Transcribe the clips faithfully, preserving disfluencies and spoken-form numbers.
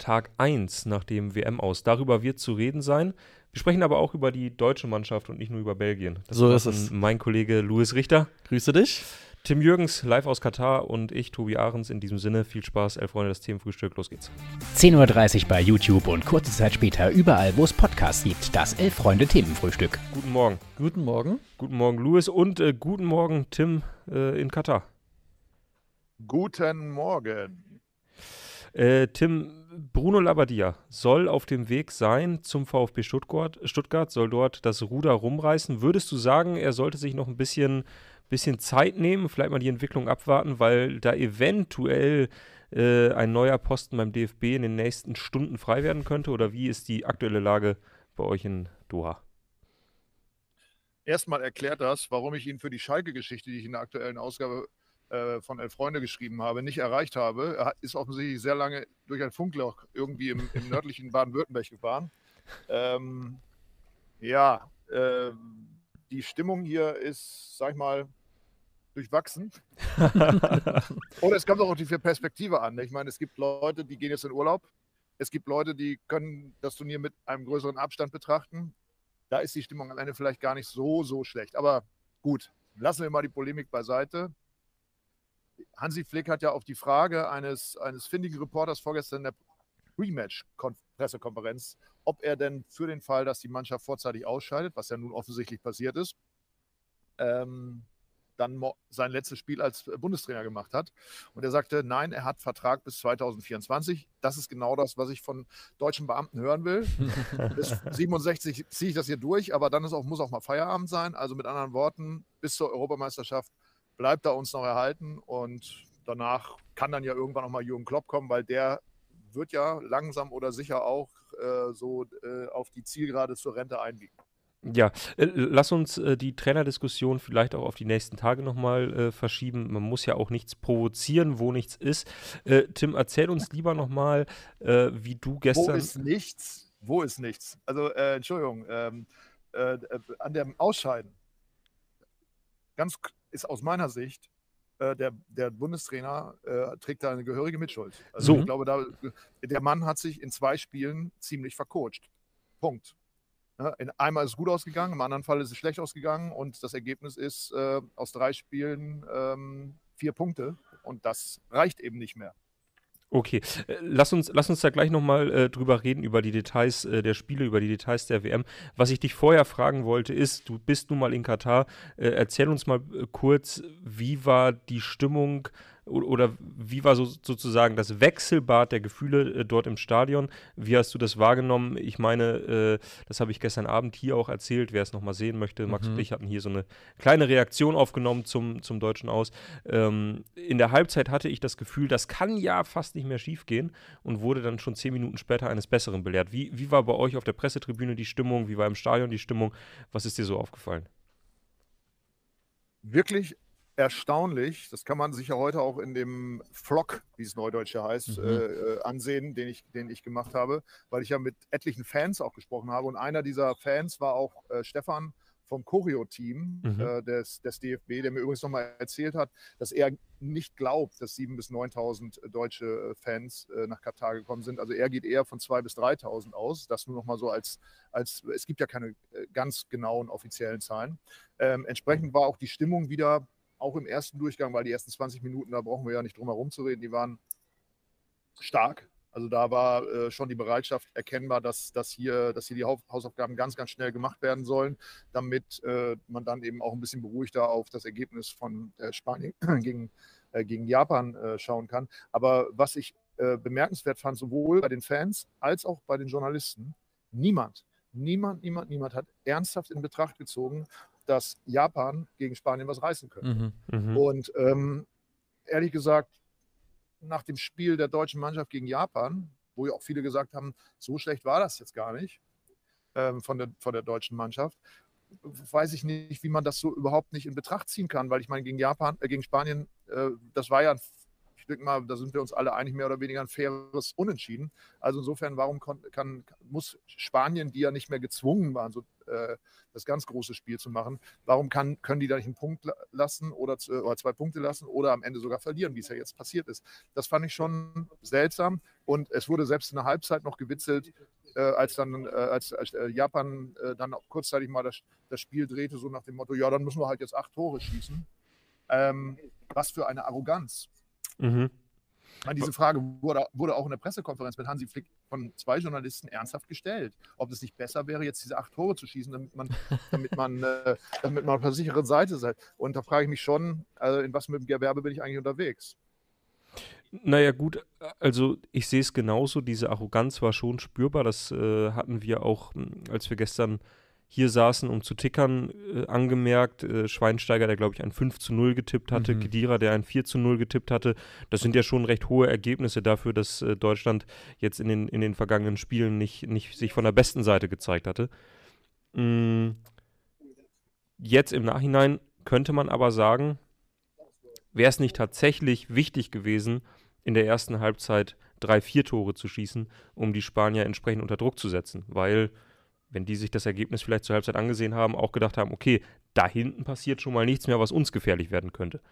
Tag eins nach dem W M aus. Darüber wird zu reden sein. Wir sprechen aber auch über die deutsche Mannschaft und nicht nur über Belgien. Das so ist es. Mein Kollege Louis Richter. Grüße dich. Tim Jürgens, live aus Katar und ich, Tobi Ahrens. In diesem Sinne, viel Spaß, elf Freunde, das Themenfrühstück. Los geht's. zehn Uhr dreißig bei YouTube und kurze Zeit später überall, wo es Podcasts gibt. Das elf Freunde Themenfrühstück. Guten Morgen. Guten Morgen. Guten Morgen, Louis. Und äh, guten Morgen, Tim äh, in Katar. Guten Morgen. Äh, Tim, Bruno Labbadia soll auf dem Weg sein zum VfB Stuttgart, Stuttgart, soll dort das Ruder rumreißen. Würdest du sagen, er sollte sich noch ein bisschen, bisschen Zeit nehmen, vielleicht mal die Entwicklung abwarten, weil da eventuell äh, ein neuer Posten beim D F B in den nächsten Stunden frei werden könnte? Oder wie ist die aktuelle Lage bei euch in Doha? Erstmal erklärt das, warum ich ihn für die Schalke-Geschichte, die ich in der aktuellen Ausgabe von Elf Freunde geschrieben habe, nicht erreicht habe. Er ist offensichtlich sehr lange durch ein Funkloch irgendwie im, im nördlichen Baden-Württemberg gefahren. Ähm, ja, äh, die Stimmung hier ist, sag ich mal, durchwachsen. Oder es kommt auch auf die Perspektive an. Ich meine, es gibt Leute, die gehen jetzt in Urlaub. Es gibt Leute, die können das Turnier mit einem größeren Abstand betrachten. Da ist die Stimmung am Ende vielleicht gar nicht so, so schlecht. Aber gut, lassen wir mal die Polemik beiseite. Hansi Flick hat ja auf die Frage eines, eines findigen Reporters vorgestern in der Pre-Match-Pressekonferenz, ob er denn für den Fall, dass die Mannschaft vorzeitig ausscheidet, was ja nun offensichtlich passiert ist, ähm, dann sein letztes Spiel als Bundestrainer gemacht hat. Und er sagte, nein, er hat Vertrag bis zwanzig vierundzwanzig. Das ist genau das, was ich von deutschen Beamten hören will. Bis siebenundsechzig ziehe ich das hier durch, aber dann ist auch, muss auch mal Feierabend sein. Also mit anderen Worten, bis zur Europameisterschaft bleibt er uns noch erhalten und danach kann dann ja irgendwann noch mal Jürgen Klopp kommen, weil der wird ja langsam oder sicher auch äh, so äh, auf die Zielgerade zur Rente einbiegen. Ja, äh, lass uns äh, die Trainerdiskussion vielleicht auch auf die nächsten Tage nochmal äh, verschieben. Man muss ja auch nichts provozieren, wo nichts ist. Äh, Tim, erzähl uns lieber nochmal, äh, wie du gestern... Wo ist nichts? Wo ist nichts? Also, äh, Entschuldigung, ähm, äh, an dem Ausscheiden, ganz ist aus meiner Sicht, äh, der, der Bundestrainer äh, trägt da eine gehörige Mitschuld. Also So. ich glaube, da, der Mann hat sich in zwei Spielen ziemlich vercoacht. Punkt. Ja, in einmal ist es gut ausgegangen, im anderen Fall ist es schlecht ausgegangen und das Ergebnis ist äh, aus drei Spielen ähm, vier Punkte und das reicht eben nicht mehr. Okay, äh, lass uns, lass uns da gleich nochmal äh, drüber reden, über die Details äh, der Spiele, über die Details der W M. Was ich dich vorher fragen wollte, ist, du bist nun mal in Katar, äh, erzähl uns mal äh, kurz, wie war die Stimmung oder, oder wie war so, sozusagen das Wechselbad der Gefühle äh, dort im Stadion? Wie hast du das wahrgenommen? Ich meine, äh, das habe ich gestern Abend hier auch erzählt, wer es nochmal sehen möchte. Max Mhm. und ich hatten hier so eine kleine Reaktion aufgenommen zum, zum Deutschen Aus. Ähm, in der Halbzeit hatte ich das Gefühl, das kann ja fast nicht mehr schief gehen und wurde dann schon zehn Minuten später eines Besseren belehrt. Wie, wie war bei euch auf der Pressetribüne die Stimmung? Wie war im Stadion die Stimmung? Was ist dir so aufgefallen? Wirklich erstaunlich, das kann man sich ja heute auch in dem Vlog, wie es neudeutsch ja heißt, Mhm. äh, ansehen, den ich, den ich gemacht habe, weil ich ja mit etlichen Fans auch gesprochen habe und einer dieser Fans war auch äh, Stefan vom Choreo-Team Mhm. äh, des, des D F B, der mir übrigens nochmal erzählt hat, dass er nicht glaubt, dass siebentausend bis neuntausend deutsche Fans äh, nach Katar gekommen sind. Also er geht eher von zweitausend bis dreitausend aus. Das nur nochmal so als, als, es gibt ja keine äh, ganz genauen offiziellen Zahlen. Ähm, entsprechend war auch die Stimmung wieder, auch im ersten Durchgang, weil die ersten zwanzig Minuten, da brauchen wir ja nicht drum herum zu reden, die waren stark. Also da war äh, schon die Bereitschaft erkennbar, dass, dass, hier, dass hier die Hausaufgaben ganz, ganz schnell gemacht werden sollen, damit äh, man dann eben auch ein bisschen beruhigter auf das Ergebnis von äh, Spanien gegen, äh, gegen Japan äh, schauen kann. Aber was ich äh, bemerkenswert fand, sowohl bei den Fans als auch bei den Journalisten, niemand, niemand, niemand, niemand hat ernsthaft in Betracht gezogen, dass Japan gegen Spanien was reißen könnte. Mhm. Mhm. Und ähm, ehrlich gesagt, nach dem Spiel der deutschen Mannschaft gegen Japan, wo ja auch viele gesagt haben, so schlecht war das jetzt gar nicht ähm, von, der, von der deutschen Mannschaft, weiß ich nicht, wie man das so überhaupt nicht in Betracht ziehen kann, weil ich meine, gegen Japan, äh, gegen Spanien, äh, das war ja, denke mal, da sind wir uns alle einig, mehr oder weniger ein faires Unentschieden. Also insofern, warum kann, kann, muss Spanien, die ja nicht mehr gezwungen waren, so, äh, das ganz große Spiel zu machen, warum kann, können die da nicht einen Punkt lassen oder, oder zwei Punkte lassen oder am Ende sogar verlieren, wie es ja jetzt passiert ist. Das fand ich schon seltsam und es wurde selbst in der Halbzeit noch gewitzelt, äh, als dann äh, als, als äh, Japan äh, dann auch kurzzeitig mal das, das Spiel drehte, so nach dem Motto, ja, dann müssen wir halt jetzt acht Tore schießen. Ähm, was für eine Arroganz. Mhm. Ich meine, diese Frage wurde, wurde auch in der Pressekonferenz mit Hansi Flick von zwei Journalisten ernsthaft gestellt, ob es nicht besser wäre, jetzt diese acht Tore zu schießen, damit man, damit man, äh, damit man auf der sicheren Seite seid. Und da frage ich mich schon, also in was mit dem Gewerbe bin ich eigentlich unterwegs? Naja gut, also ich sehe es genauso, diese Arroganz war schon spürbar, das äh, hatten wir auch, als wir gestern hier saßen, um zu tickern, äh, angemerkt. Äh, Schweinsteiger, der glaube ich ein fünf zu null getippt hatte, Mhm. Khedira, der ein vier zu null getippt hatte. Das sind ja schon recht hohe Ergebnisse dafür, dass äh, Deutschland jetzt in den, in den vergangenen Spielen nicht, nicht sich von der besten Seite gezeigt hatte. Mm, jetzt im Nachhinein könnte man aber sagen, wäre es nicht tatsächlich wichtig gewesen, in der ersten Halbzeit drei, vier Tore zu schießen, um die Spanier entsprechend unter Druck zu setzen, weil wenn die sich das Ergebnis vielleicht zur Halbzeit angesehen haben, auch gedacht haben, okay, da hinten passiert schon mal nichts mehr, was uns gefährlich werden könnte.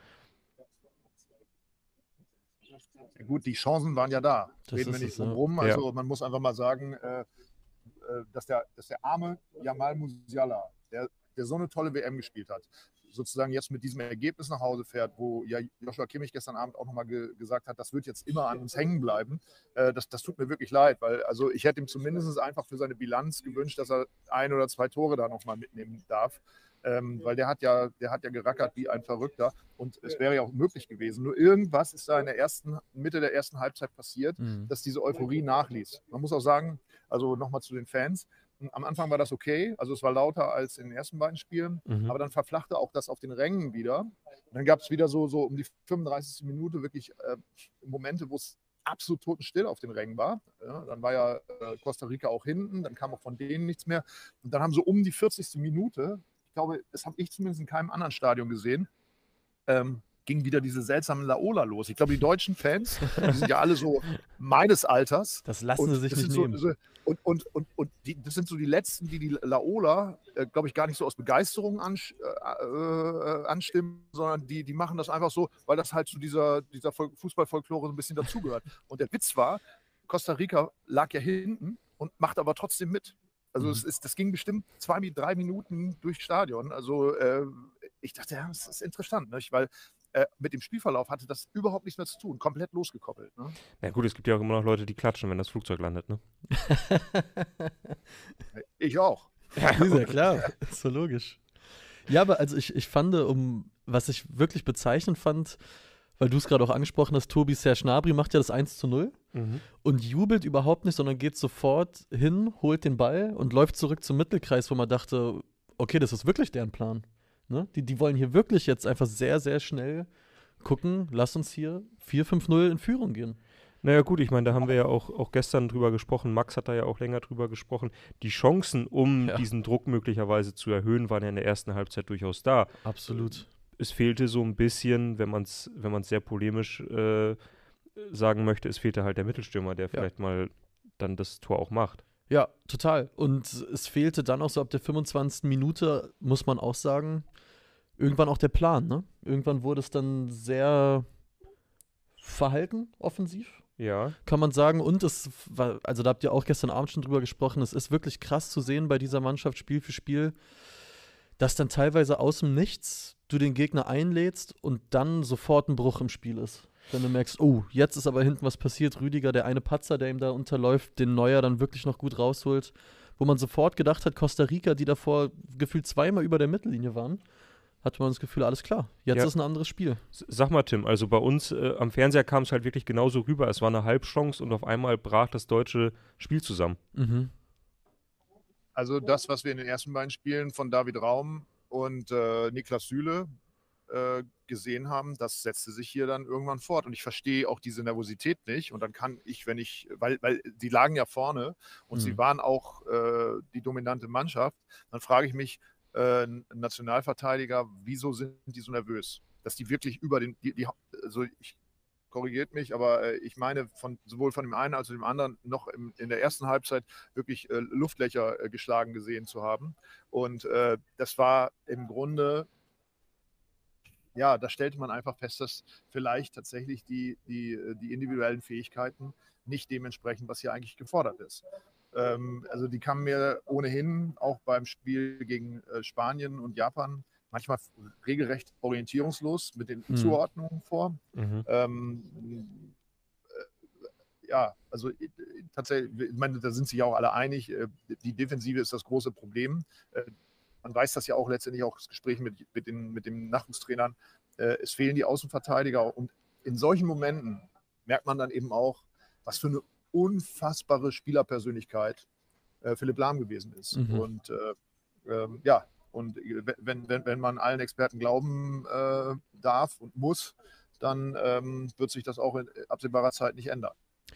Ja, gut, die Chancen waren ja da. Das Reden wir ist nicht es, ja. drum rum. Ja. Also man muss einfach mal sagen, äh, äh, dass, der, dass der arme Jamal Musiala, der, der so eine tolle W M gespielt hat, sozusagen jetzt mit diesem Ergebnis nach Hause fährt, wo ja Joshua Kimmich gestern Abend auch nochmal ge gesagt hat, das wird jetzt immer an uns hängen bleiben. Äh, das, das tut mir wirklich leid, weil also ich hätte ihm zumindest einfach für seine Bilanz gewünscht, dass er ein oder zwei Tore da nochmal mitnehmen darf. Ähm, weil der hat ja, der hat ja gerackert wie ein Verrückter und es wäre ja auch möglich gewesen. Nur irgendwas ist da in der ersten, Mitte der ersten Halbzeit passiert, Mhm. dass diese Euphorie nachließ. Man muss auch sagen, also nochmal zu den Fans, am Anfang war das okay, also es war lauter als in den ersten beiden Spielen, Mhm. aber dann verflachte auch das auf den Rängen wieder. Und dann gab es wieder so, so um die fünfunddreißigste Minute wirklich äh, Momente, wo es absolut totenstill auf den Rängen war. Ja, dann war ja äh, Costa Rica auch hinten, dann kam auch von denen nichts mehr. Und dann haben so um die vierzigste Minute, ich glaube, das habe ich zumindest in keinem anderen Stadion gesehen, ähm, ging wieder diese seltsamen Laola los. Ich glaube, die deutschen Fans, die sind ja alle so meines Alters. Das lassen Und sie sich das nicht sind so, nehmen. so, und und, und, und die, das sind so die Letzten, die die Laola, äh, glaube ich, gar nicht so aus Begeisterung ansch, äh, äh, anstimmen, sondern die, die machen das einfach so, weil das halt zu dieser, dieser Vol- Fußballfolklore so ein bisschen dazugehört. Und der Witz war, Costa Rica lag ja hinten und macht aber trotzdem mit. Also Mhm. es ist, das ging bestimmt zwei, drei Minuten durchs Stadion. Also äh, ich dachte, ja, das ist interessant, nicht? Weil äh, mit dem Spielverlauf hatte das überhaupt nichts mehr zu tun, komplett losgekoppelt. Ne? Na gut, es gibt ja auch immer noch Leute, die klatschen, wenn das Flugzeug landet, ne? Ich auch. Ist ja klar, ist so logisch. Ja, aber also ich, ich fand, um, was ich wirklich bezeichnend fand, weil du es gerade auch angesprochen hast, Tobi Serge Gnabry macht ja das eins zu null Mhm. und jubelt überhaupt nicht, sondern geht sofort hin, holt den Ball und läuft zurück zum Mittelkreis, wo man dachte, okay, das ist wirklich deren Plan. Ne? Die, die wollen hier wirklich jetzt einfach sehr, sehr schnell gucken, lass uns hier vier fünf null in Führung gehen. Naja gut, ich meine, da haben wir ja auch, auch gestern drüber gesprochen, Max hat da ja auch länger drüber gesprochen. Die Chancen, um Ja. diesen Druck möglicherweise zu erhöhen, waren ja in der ersten Halbzeit durchaus da. Absolut. Es fehlte so ein bisschen, wenn man es wenn man's sehr polemisch äh, sagen möchte, es fehlte halt der Mittelstürmer, der vielleicht mal dann das Tor auch macht. Ja, total. Und es fehlte dann auch so ab der fünfundzwanzigsten Minute, muss man auch sagen, irgendwann auch der Plan, ne? Irgendwann wurde es dann sehr verhalten, offensiv, Ja. kann man sagen. Und es war, also da habt ihr auch gestern Abend schon drüber gesprochen, es ist wirklich krass zu sehen bei dieser Mannschaft Spiel für Spiel, dass dann teilweise aus dem Nichts du den Gegner einlädst und dann sofort ein Bruch im Spiel ist. Wenn du merkst, oh, jetzt ist aber hinten was passiert, Rüdiger, der eine Patzer, der ihm da unterläuft, den Neuer dann wirklich noch gut rausholt, wo man sofort gedacht hat, Costa Rica, die davor gefühlt zweimal über der Mittellinie waren, hatte man das Gefühl, alles klar, jetzt Ja. ist ein anderes Spiel. S- Sag mal, Tim, also bei uns äh, am Fernseher kam es halt wirklich genauso rüber. Es war eine Halbchance und auf einmal brach das deutsche Spiel zusammen. Mhm. Also das, was wir in den ersten beiden Spielen von David Raum und äh, Niklas Süle äh, gesehen haben, das setzte sich hier dann irgendwann fort. Und ich verstehe auch diese Nervosität nicht. Und dann kann ich, wenn ich, weil, weil die lagen ja vorne und Mhm. sie waren auch äh, die dominante Mannschaft, dann frage ich mich, äh, Nationalverteidiger, wieso sind die so nervös? Dass die wirklich über den, die, die, also ich, korrigiert mich, aber äh, ich meine von, sowohl von dem einen als auch dem anderen noch im, in der ersten Halbzeit wirklich äh, Luftlöcher äh, geschlagen gesehen zu haben. Und äh, das war im Grunde, ja, da stellte man einfach fest, dass vielleicht tatsächlich die, die, die individuellen Fähigkeiten nicht dementsprechend, was hier eigentlich gefordert ist. Ähm, also die kamen mir ohnehin auch beim Spiel gegen äh, Spanien und Japan manchmal regelrecht orientierungslos mit den Mhm. Zuordnungen vor. Mhm. Ähm, äh, ja, also äh, tatsächlich, ich meine, da sind sich ja auch alle einig, äh, die Defensive ist das große Problem. Äh, man weiß das ja auch letztendlich auch das Gespräch mit, mit, den, mit den Nachwuchstrainern. Äh, es fehlen die Außenverteidiger und in solchen Momenten merkt man dann eben auch, was für eine unfassbare Spielerpersönlichkeit äh, Philipp Lahm gewesen ist. Mhm. Und äh, ähm, ja, und wenn, wenn, wenn man allen Experten glauben äh, darf und muss, dann ähm, wird sich das auch in absehbarer Zeit nicht ändern.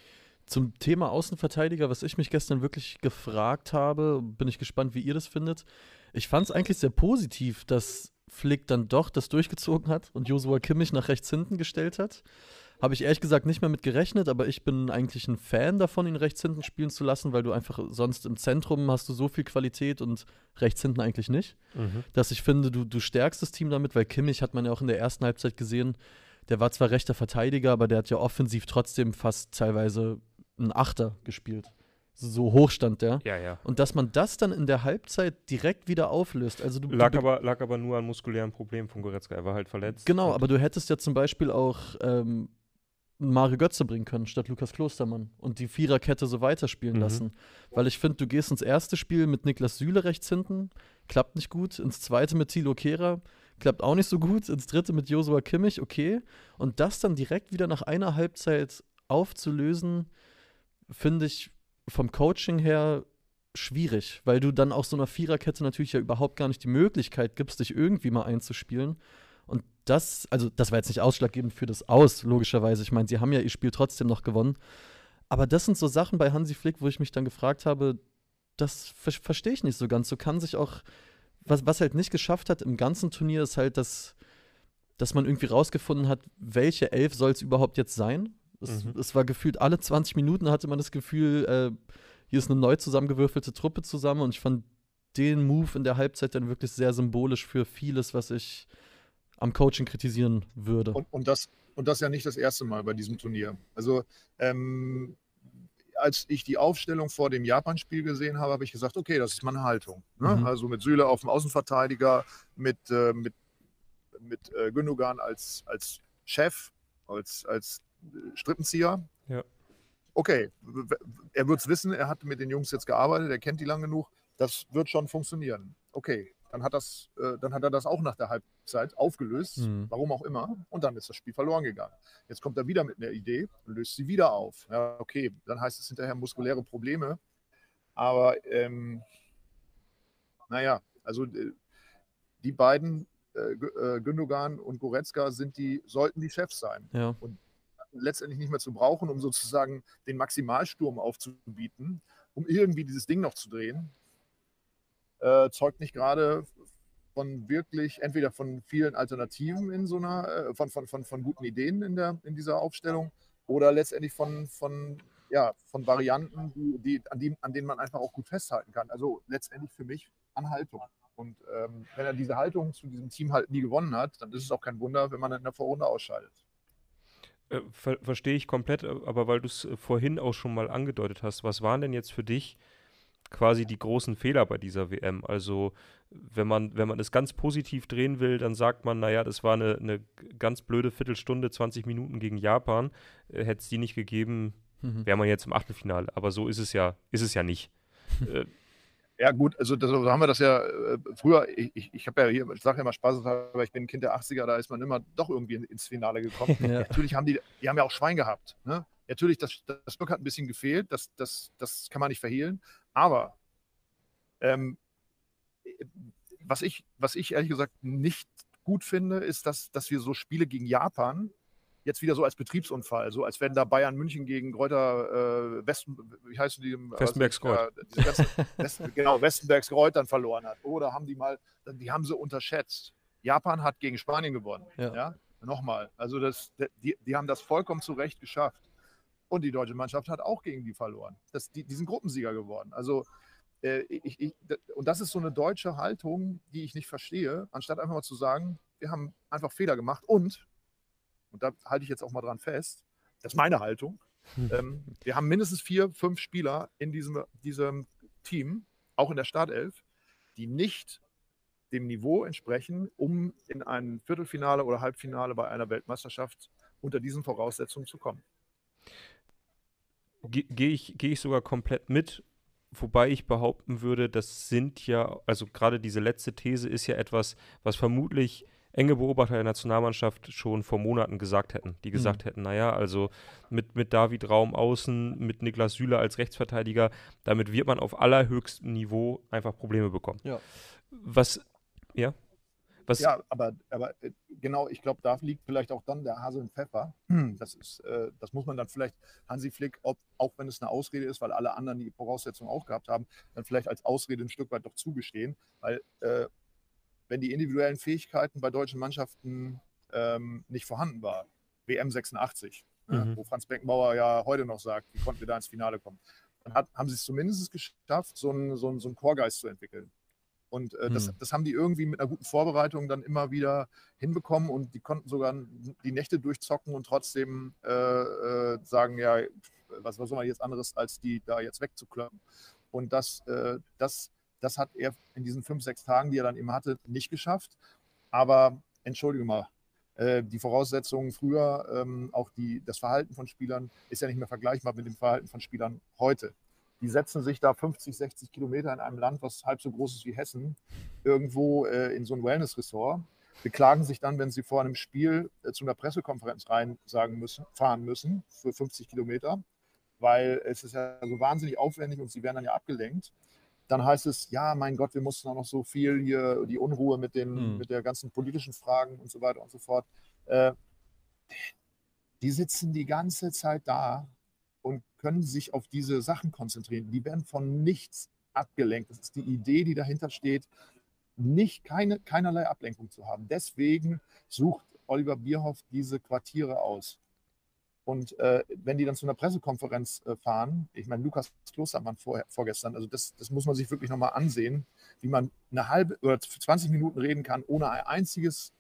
Zum Thema Außenverteidiger, was ich mich gestern wirklich gefragt habe, bin ich gespannt, wie ihr das findet. Ich fand es eigentlich sehr positiv, dass Flick dann doch das durchgezogen hat und Joshua Kimmich nach rechts hinten gestellt hat. Habe ich ehrlich gesagt nicht mehr mit gerechnet, aber ich bin eigentlich ein Fan davon, ihn rechts hinten spielen zu lassen, weil du einfach sonst im Zentrum hast du so viel Qualität und rechts hinten eigentlich nicht. Mhm. Dass ich finde, du, du stärkst das Team damit, weil Kimmich hat man ja auch in der ersten Halbzeit gesehen, der war zwar rechter Verteidiger, aber der hat ja offensiv trotzdem fast teilweise einen Achter gespielt. So hoch stand der. Ja, ja. Und dass man das dann in der Halbzeit direkt wieder auflöst. Also du, Lag du, aber, lag aber nur an muskulären Problemen von Goretzka. Er war halt verletzt. Genau, Und- aber du hättest ja zum Beispiel auch ähm, Mario Götze bringen können, statt Lukas Klostermann und die Viererkette so weiterspielen Mhm. lassen. Weil ich finde, du gehst ins erste Spiel mit Niklas Süle rechts hinten, klappt nicht gut. Ins zweite mit Thilo Kehrer, klappt auch nicht so gut. Ins dritte mit Joshua Kimmich, okay. Und das dann direkt wieder nach einer Halbzeit aufzulösen, finde ich vom Coaching her schwierig, weil du dann auch so einer Viererkette natürlich ja überhaupt gar nicht die Möglichkeit gibst, dich irgendwie mal einzuspielen. Und das, also das war jetzt nicht ausschlaggebend für das Aus, logischerweise. Ich meine, sie haben ja ihr Spiel trotzdem noch gewonnen. Aber das sind so Sachen bei Hansi Flick, wo ich mich dann gefragt habe, das ver verstehe ich nicht so ganz. So kann sich auch, was, was halt nicht geschafft hat im ganzen Turnier, ist halt, dass, dass man irgendwie rausgefunden hat, welche Elf soll es überhaupt jetzt sein. Es, Mhm. es war gefühlt, alle zwanzig Minuten hatte man das Gefühl, äh, hier ist eine neu zusammengewürfelte Truppe zusammen. Und ich fand den Move in der Halbzeit dann wirklich sehr symbolisch für vieles, was ich am Coaching kritisieren würde. Und, und, das, und das ja nicht das erste Mal bei diesem Turnier. Also ähm, als ich die Aufstellung vor dem Japan-Spiel gesehen habe, habe ich gesagt, okay, das ist meine Haltung. Ne? Mhm. Also mit Süle auf dem Außenverteidiger, mit, äh, mit, mit äh, Gündogan als, als Chef, als, als äh, Strippenzieher. Ja. Okay, w- w- er wird es wissen, er hat mit den Jungs jetzt gearbeitet, er kennt die lang genug, das wird schon funktionieren. Okay, dann hat, das, äh, dann hat er das auch nach der Halbzeit aufgelöst, Mhm. warum auch immer, und dann ist das Spiel verloren gegangen. Jetzt kommt er wieder mit einer Idee und löst sie wieder auf. Ja, okay, dann heißt es hinterher muskuläre Probleme, aber ähm, naja, also äh, die beiden, äh, Gü- äh, Gündogan und Goretzka, sind die, sollten die Chefs sein. Ja. Letztendlich nicht mehr zu brauchen, um sozusagen den Maximalsturm aufzubieten, um irgendwie dieses Ding noch zu drehen, äh, zeugt nicht gerade von wirklich, entweder von vielen Alternativen in so einer, äh, von, von, von, von guten Ideen in, der, in dieser Aufstellung oder letztendlich von, von, ja, von Varianten, die, die, an, die, an denen man einfach auch gut festhalten kann. Also letztendlich für mich an Haltung. Und ähm, wenn er diese Haltung zu diesem Team halt nie gewonnen hat, dann ist es auch kein Wunder, wenn man in der Vorrunde ausscheidet. Äh, ver verstehe ich komplett, äh, aber weil du es äh, vorhin auch schon mal angedeutet hast, was waren denn jetzt für dich quasi die großen Fehler bei dieser W M? Also wenn man, wenn man es ganz positiv drehen will, dann sagt man, naja, das war eine, eine ganz blöde Viertelstunde, zwanzig Minuten gegen Japan. Äh, hätte es die nicht gegeben, Mhm. wäre man jetzt im Achtelfinale. Aber so ist es ja, ist es ja nicht. äh, Ja gut, also das, so haben wir das ja äh, früher, ich, ich, ich habe ja hier, ich sage ja immer Spaß, aber ich bin ein Kind der achtziger, da ist man immer doch irgendwie ins Finale gekommen. Ja. Natürlich haben die, die haben ja auch Schwein gehabt. Ne? Natürlich, das, das Glück hat ein bisschen gefehlt, das, das, das kann man nicht verhehlen, aber ähm, was, ich, was ich ehrlich gesagt nicht gut finde, ist, dass, dass wir so Spiele gegen Japan jetzt wieder so als Betriebsunfall, so als wenn da Bayern München gegen Gräuter äh, Westen, wie heißen die? Westenbergsgreuth. Ja, diese ganzen Westen, genau, Westenbergsgreuth dann verloren hat. Oder haben die mal, die haben sie unterschätzt. Japan hat gegen Spanien gewonnen. Ja. Ja. nochmal. Also das, die, die haben das vollkommen zu Recht geschafft. Und die deutsche Mannschaft hat auch gegen die verloren. Das, die, die sind Gruppensieger geworden. Also äh, ich, ich, und das ist so eine deutsche Haltung, die ich nicht verstehe, anstatt einfach mal zu sagen, wir haben einfach Fehler gemacht und, und da halte ich jetzt auch mal dran fest, das ist meine Haltung, hm. ähm, wir haben mindestens vier, fünf Spieler in diesem, diesem Team, auch in der Startelf, die nicht dem Niveau entsprechen, um in ein Viertelfinale oder Halbfinale bei einer Weltmeisterschaft unter diesen Voraussetzungen zu kommen. Gehe ich, geh ich sogar komplett mit, wobei ich behaupten würde, das sind ja, also gerade diese letzte These ist ja etwas, was vermutlich enge Beobachter der Nationalmannschaft schon vor Monaten gesagt hätten, die gesagt mhm. hätten, naja, also mit, mit David Raum außen, mit Niklas Süle als Rechtsverteidiger, damit wird man auf allerhöchstem Niveau einfach Probleme bekommen. Ja. Was, ja? Was ja, aber, aber genau, ich glaube, da liegt vielleicht auch dann der Hase im Pfeffer. Das ist, äh, das muss man dann vielleicht Hansi Flick, ob, auch wenn es eine Ausrede ist, weil alle anderen die Voraussetzungen auch gehabt haben, dann vielleicht als Ausrede ein Stück weit doch zugestehen, weil äh, wenn die individuellen Fähigkeiten bei deutschen Mannschaften ähm, nicht vorhanden waren, W M sechsundachtzig, mhm. ja, wo Franz Beckenbauer ja heute noch sagt, wie konnten wir da ins Finale kommen, dann hat, haben sie es zumindest geschafft, so einen so so einen Chorgeist zu entwickeln. Und äh, das, das haben die irgendwie mit einer guten Vorbereitung dann immer wieder hinbekommen und die konnten sogar die Nächte durchzocken und trotzdem äh, äh, sagen, ja, was, was soll man jetzt anderes, als die da jetzt wegzukloppen. Und das, äh, das, das hat er in diesen fünf, sechs Tagen, die er dann eben hatte, nicht geschafft. Aber entschuldige mal, äh, die Voraussetzungen früher, ähm, auch die, das Verhalten von Spielern ist ja nicht mehr vergleichbar mit dem Verhalten von Spielern heute. Die setzen sich da fünfzig, sechzig Kilometer in einem Land, was halb so groß ist wie Hessen, irgendwo äh, in so ein Wellness-Ressort, beklagen sich dann, wenn sie vor einem Spiel äh, zu einer Pressekonferenz rein sagen müssen, fahren müssen für fünfzig Kilometer, weil es ist ja so wahnsinnig aufwendig und sie werden dann ja abgelenkt. Dann heißt es, ja, mein Gott, wir mussten auch noch so viel hier, die Unruhe mit, den, mhm. mit der ganzen politischen Fragen und so weiter und so fort. Äh, die sitzen die ganze Zeit da und können sich auf diese Sachen konzentrieren. Die werden von nichts abgelenkt. Das ist die Idee, die dahinter steht, nicht, keine, keinerlei Ablenkung zu haben. Deswegen sucht Oliver Bierhoff diese Quartiere aus. Und äh, wenn die dann zu einer Pressekonferenz äh, fahren, ich meine, Lukas Klostermann vor, vorgestern, also das, das muss man sich wirklich nochmal ansehen, wie man eine halbe oder zwanzig Minuten reden kann, ohne ein einziges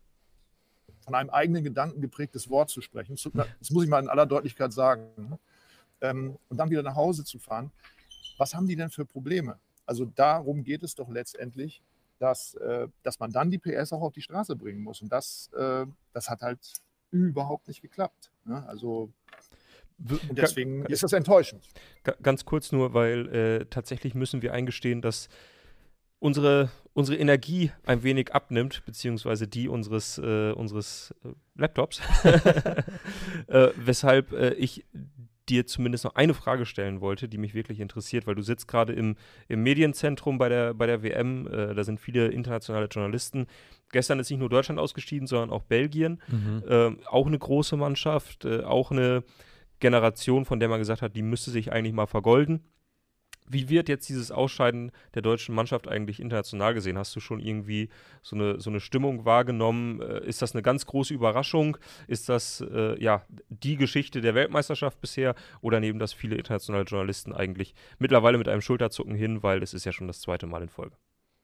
von einem eigenen Gedanken geprägtes Wort zu sprechen. Das muss ich mal in aller Deutlichkeit sagen. Ähm, und dann wieder nach Hause zu fahren. Was haben die denn für Probleme? Also darum geht es doch letztendlich, dass, äh, dass man dann die P S auch auf die Straße bringen muss. Und das, äh, das hat halt überhaupt nicht geklappt. Ne? Also und deswegen ist das enttäuschend. Ganz kurz nur, weil äh, tatsächlich müssen wir eingestehen, dass unsere, unsere Energie ein wenig abnimmt, beziehungsweise die unseres, äh, unseres äh, Laptops, äh, weshalb äh, ich dir zumindest noch eine Frage stellen wollte, die mich wirklich interessiert, weil du sitzt gerade im, im Medienzentrum bei der, bei der W M, äh, da sind viele internationale Journalisten. Gestern ist nicht nur Deutschland ausgeschieden, sondern auch Belgien, mhm. äh, auch eine große Mannschaft, äh, auch eine Generation, von der man gesagt hat, die müsste sich eigentlich mal vergolden. Wie wird jetzt dieses Ausscheiden der deutschen Mannschaft eigentlich international gesehen? Hast du schon irgendwie so eine, so eine Stimmung wahrgenommen? Äh, ist das eine ganz große Überraschung? Ist das äh, ja die Geschichte der Weltmeisterschaft bisher? Oder nehmen das viele internationale Journalisten eigentlich mittlerweile mit einem Schulterzucken hin, weil es ist ja schon das zweite Mal in Folge?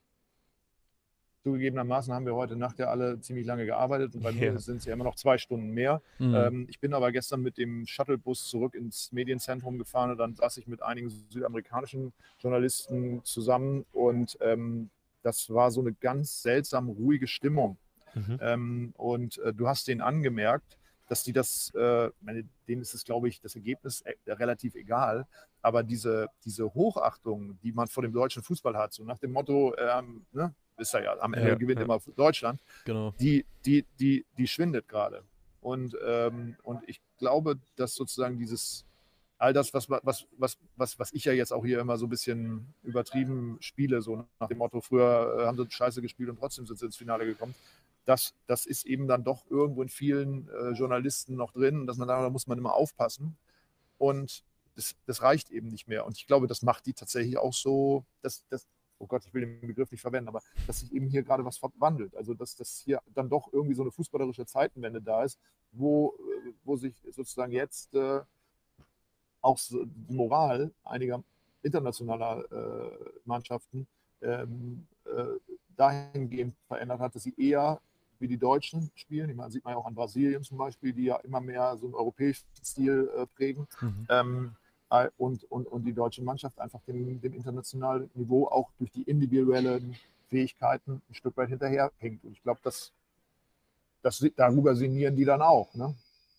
Zugegebenermaßen haben wir heute Nacht ja alle ziemlich lange gearbeitet und bei ja. mir sind es ja immer noch zwei Stunden mehr. Mhm. Ähm, ich bin aber gestern mit dem Shuttlebus zurück ins Medienzentrum gefahren und dann saß ich mit einigen südamerikanischen Journalisten zusammen und ähm, das war so eine ganz seltsam ruhige Stimmung. Mhm. Ähm, und äh, du hast denen angemerkt, dass die das, äh, meine, denen ist es, glaube ich, das Ergebnis äh, relativ egal, aber diese, diese Hochachtung, die man vor dem deutschen Fußball hat, so nach dem Motto, ähm, ne, ist ja, ja am Ende ja, gewinnt ja. immer Deutschland, genau. die, die, die, die schwindet gerade. Und, ähm, und ich glaube, dass sozusagen dieses, all das, was, was, was, was, was ich ja jetzt auch hier immer so ein bisschen übertrieben spiele, so nach dem Motto, früher äh, haben sie Scheiße gespielt und trotzdem sind sie ins Finale gekommen, das, das ist eben dann doch irgendwo in vielen äh, Journalisten noch drin, dass man da, da muss man immer aufpassen. Und das, das reicht eben nicht mehr. Und ich glaube, das macht die tatsächlich auch so, das, das oh Gott, ich will den Begriff nicht verwenden, aber dass sich eben hier gerade was verwandelt. Also dass, dass hier dann doch irgendwie so eine fußballerische Zeitenwende da ist, wo, wo sich sozusagen jetzt äh, auch so die Moral einiger internationaler äh, Mannschaften ähm, äh, dahingehend verändert hat, dass sie eher wie die Deutschen spielen. Ich meine, sieht man ja auch an Brasilien zum Beispiel, die ja immer mehr so einen europäischen Stil äh, prägen. Mhm. Ähm, äh, und, und, und die deutsche Mannschaft einfach dem, dem internationalen Niveau auch durch die individuellen Fähigkeiten ein Stück weit hinterherhängt. Und ich glaube, dass, dass darüber sinnieren die dann auch. Ne?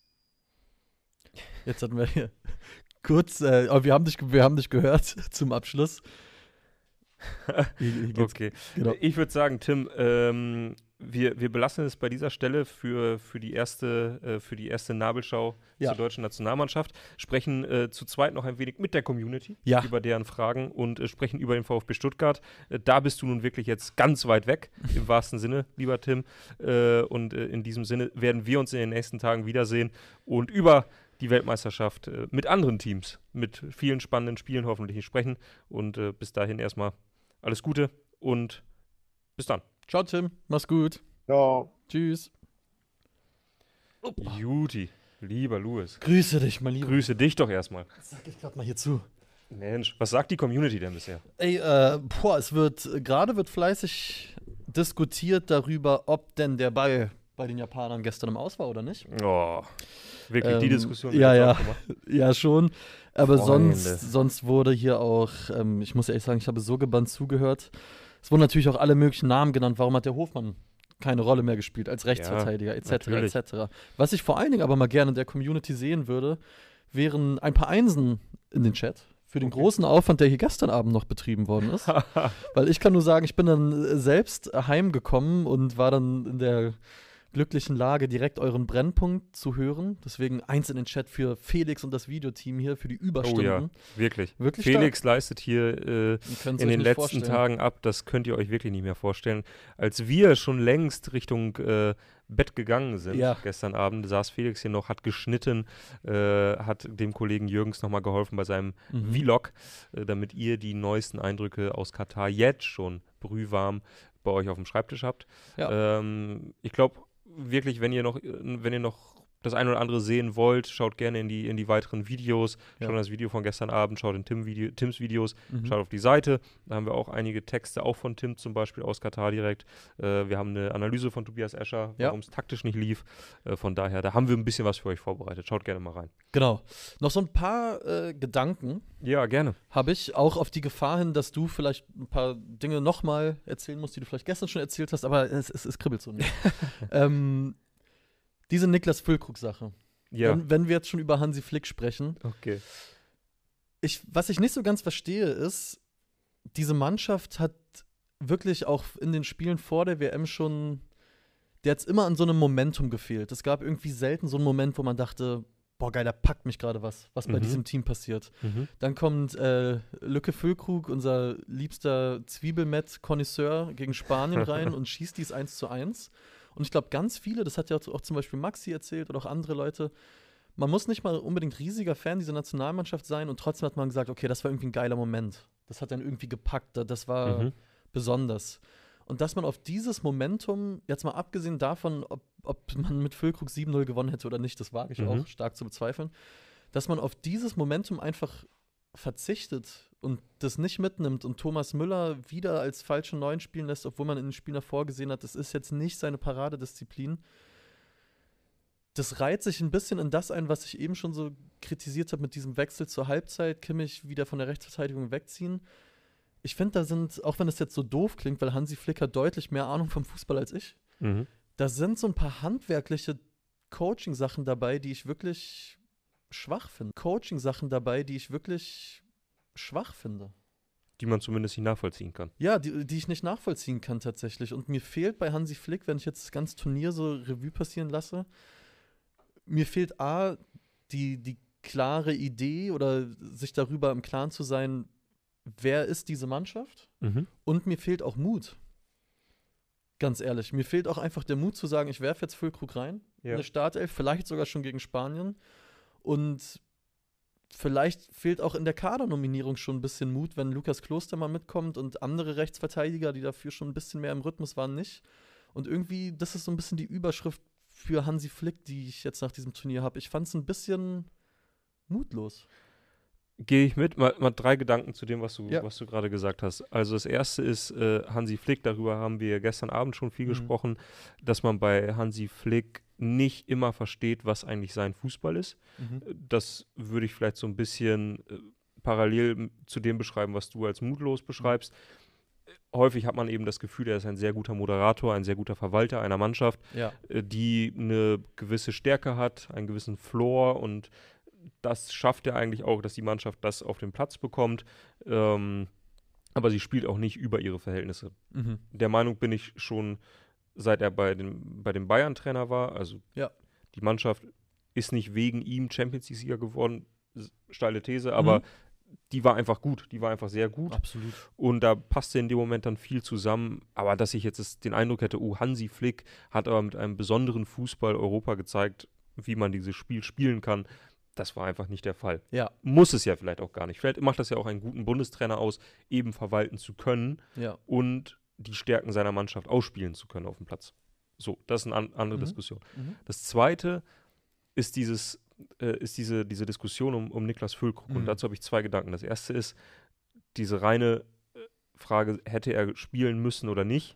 Jetzt hatten wir hier kurz, äh, aber wir haben dich, wir haben dich gehört zum Abschluss. Hier, hier okay. Genau. Ich würde sagen, Tim, ähm, wir, wir belassen es bei dieser Stelle für, für, die, erste, äh, für die erste Nabelschau ja. zur deutschen Nationalmannschaft. Sprechen äh, zu zweit noch ein wenig mit der Community ja. über deren Fragen und äh, sprechen über den VfB Stuttgart. Äh, da bist du nun wirklich jetzt ganz weit weg, im wahrsten Sinne, lieber Tim. Äh, und äh, in diesem Sinne werden wir uns in den nächsten Tagen wiedersehen und über die Weltmeisterschaft äh, mit anderen Teams, mit vielen spannenden Spielen hoffentlich sprechen. Und äh, bis dahin erstmal alles Gute und bis dann. Ciao, Tim. Mach's gut. Ciao. Tschüss. Juti, lieber Louis. Grüße dich, mein Lieber. Grüße dich doch erstmal. Das sag ich gerade mal hier zu. Mensch, was sagt die Community denn bisher? Ey, äh, boah, es wird, gerade wird fleißig diskutiert darüber, ob denn der Ball bei den Japanern gestern im Aus war oder nicht. Oh, wirklich, ähm, die Diskussion. Ja, ja, ja, schon. Aber Freunde. sonst, sonst wurde hier auch, ähm, ich muss ehrlich sagen, ich habe so gebannt zugehört. Es wurden natürlich auch alle möglichen Namen genannt. Warum hat der Hofmann keine Rolle mehr gespielt als Rechtsverteidiger, ja, et cetera et cetera. Was ich vor allen Dingen aber mal gerne in der Community sehen würde, wären ein paar Einsen in den Chat für den okay. großen Aufwand, der hier gestern Abend noch betrieben worden ist. Weil ich kann nur sagen, ich bin dann selbst heimgekommen und war dann in der glücklichen Lage, direkt euren Brennpunkt zu hören. Deswegen eins in den Chat für Felix und das Videoteam hier für die Überstunden. Oh ja, wirklich. wirklich Felix stark. leistet hier äh, in den letzten vorstellen. Tagen ab, das könnt ihr euch wirklich nicht mehr vorstellen. Als wir schon längst Richtung äh, Bett gegangen sind, ja. gestern Abend, saß Felix hier noch, hat geschnitten, äh, hat dem Kollegen Jürgens nochmal geholfen bei seinem mhm. Vlog, äh, damit ihr die neuesten Eindrücke aus Katar jetzt schon brühwarm bei euch auf dem Schreibtisch habt. Ja. Ähm, ich glaube, wirklich, wenn ihr noch, wenn ihr noch das eine oder andere sehen wollt, schaut gerne in die, in die weiteren Videos. Ja. Schaut in das Video von gestern Abend, schaut in Tim Video, Tims Videos, mhm. schaut auf die Seite. Da haben wir auch einige Texte, auch von Tim zum Beispiel aus Katar direkt. Äh, wir haben eine Analyse von Tobias Escher, ja. warum es taktisch nicht lief. Äh, von daher, da haben wir ein bisschen was für euch vorbereitet. Schaut gerne mal rein. Genau. Noch so ein paar äh, Gedanken. Ja, gerne. Habe ich auch auf die Gefahr hin, dass du vielleicht ein paar Dinge nochmal erzählen musst, die du vielleicht gestern schon erzählt hast, aber es, es, es kribbelt so nicht. ähm, diese Niklas Füllkrug-Sache. Ja. Wenn, wenn wir jetzt schon über Hansi Flick sprechen. Okay. Ich, was ich nicht so ganz verstehe, ist, diese Mannschaft hat wirklich auch in den Spielen vor der W M schon, der hat es immer an so einem Momentum gefehlt. Es gab irgendwie selten so einen Moment, wo man dachte, boah, geil, da packt mich gerade was, was bei Mhm. diesem Team passiert. Mhm. Dann kommt äh, Lücke Füllkrug, unser liebster Zwiebelmett-Konnoisseur, gegen Spanien rein und schießt dies eins zu eins. Und ich glaube, ganz viele, das hat ja auch zum Beispiel Maxi erzählt oder auch andere Leute, man muss nicht mal unbedingt riesiger Fan dieser Nationalmannschaft sein und trotzdem hat man gesagt, okay, das war irgendwie ein geiler Moment. Das hat dann irgendwie gepackt, das war Mhm. besonders. Und dass man auf dieses Momentum, jetzt mal abgesehen davon, ob, ob man mit Füllkrug sieben null gewonnen hätte oder nicht, das wage ich Mhm. auch stark zu bezweifeln, dass man auf dieses Momentum einfach verzichtet und das nicht mitnimmt und Thomas Müller wieder als falschen Neun spielen lässt, obwohl man in den Spielen davor gesehen hat, das ist jetzt nicht seine Paradedisziplin. Das reiht sich ein bisschen in das ein, was ich eben schon so kritisiert habe mit diesem Wechsel zur Halbzeit, Kimmich wieder von der Rechtsverteidigung wegziehen. Ich finde, da sind, auch wenn das jetzt so doof klingt, weil Hansi Flick hat deutlich mehr Ahnung vom Fußball als ich, Mhm. da sind so ein paar handwerkliche Coaching-Sachen dabei, die ich wirklich schwach finde. Coaching-Sachen dabei, die ich wirklich schwach finde. Die man zumindest nicht nachvollziehen kann. Ja, die, die ich nicht nachvollziehen kann tatsächlich. Und mir fehlt bei Hansi Flick, wenn ich jetzt das ganze Turnier so Revue passieren lasse, mir fehlt A, die, die klare Idee oder sich darüber im Klaren zu sein, wer ist diese Mannschaft? Mhm. Und mir fehlt auch Mut. Ganz ehrlich, mir fehlt auch einfach der Mut zu sagen, ich werfe jetzt Füllkrug rein, Ja. in eine Startelf, vielleicht sogar schon gegen Spanien und vielleicht fehlt auch in der Kadernominierung schon ein bisschen Mut, wenn Lukas Kloster mal mitkommt und andere Rechtsverteidiger, die dafür schon ein bisschen mehr im Rhythmus waren, nicht. Und irgendwie, das ist so ein bisschen die Überschrift für Hansi Flick, die ich jetzt nach diesem Turnier habe. Ich fand es ein bisschen mutlos. Gehe ich mit. Mal, mal drei Gedanken zu dem, was du, Ja. was du gerade gesagt hast. Also das erste ist äh, Hansi Flick, darüber haben wir gestern Abend schon viel Mhm. gesprochen, dass man bei Hansi Flick nicht immer versteht, was eigentlich sein Fußball ist. Mhm. Das würde ich vielleicht so ein bisschen äh, parallel m- zu dem beschreiben, was du als mutlos beschreibst. Häufig hat man eben das Gefühl, er ist ein sehr guter Moderator, ein sehr guter Verwalter einer Mannschaft, Ja. äh, die eine gewisse Stärke hat, einen gewissen Floor, und das schafft er eigentlich auch, dass die Mannschaft das auf den Platz bekommt. Ähm, aber sie spielt auch nicht über ihre Verhältnisse. Mhm. Der Meinung bin ich schon, seit er bei dem, bei dem Bayern-Trainer war. Also Ja. die Mannschaft ist nicht wegen ihm Champions League-Sieger geworden, s- steile These, aber Mhm. die war einfach gut. Die war einfach sehr gut. Absolut. Und da passte in dem Moment dann viel zusammen. Aber dass ich jetzt das, den Eindruck hätte, oh, Hansi Flick hat aber mit einem besonderen Fußball Europa gezeigt, wie man dieses Spiel spielen kann, das war einfach nicht der Fall. Ja. Muss es ja vielleicht auch gar nicht. Vielleicht macht das ja auch einen guten Bundestrainer aus, eben verwalten zu können Ja. und die Stärken seiner Mannschaft ausspielen zu können auf dem Platz. So, das ist eine an, andere Mhm. Diskussion. Mhm. Das Zweite ist, dieses, äh, ist diese, diese Diskussion um, um Niklas Füllkrug. Und Mhm. dazu habe ich zwei Gedanken. Das erste ist diese reine äh, Frage, hätte er spielen müssen oder nicht?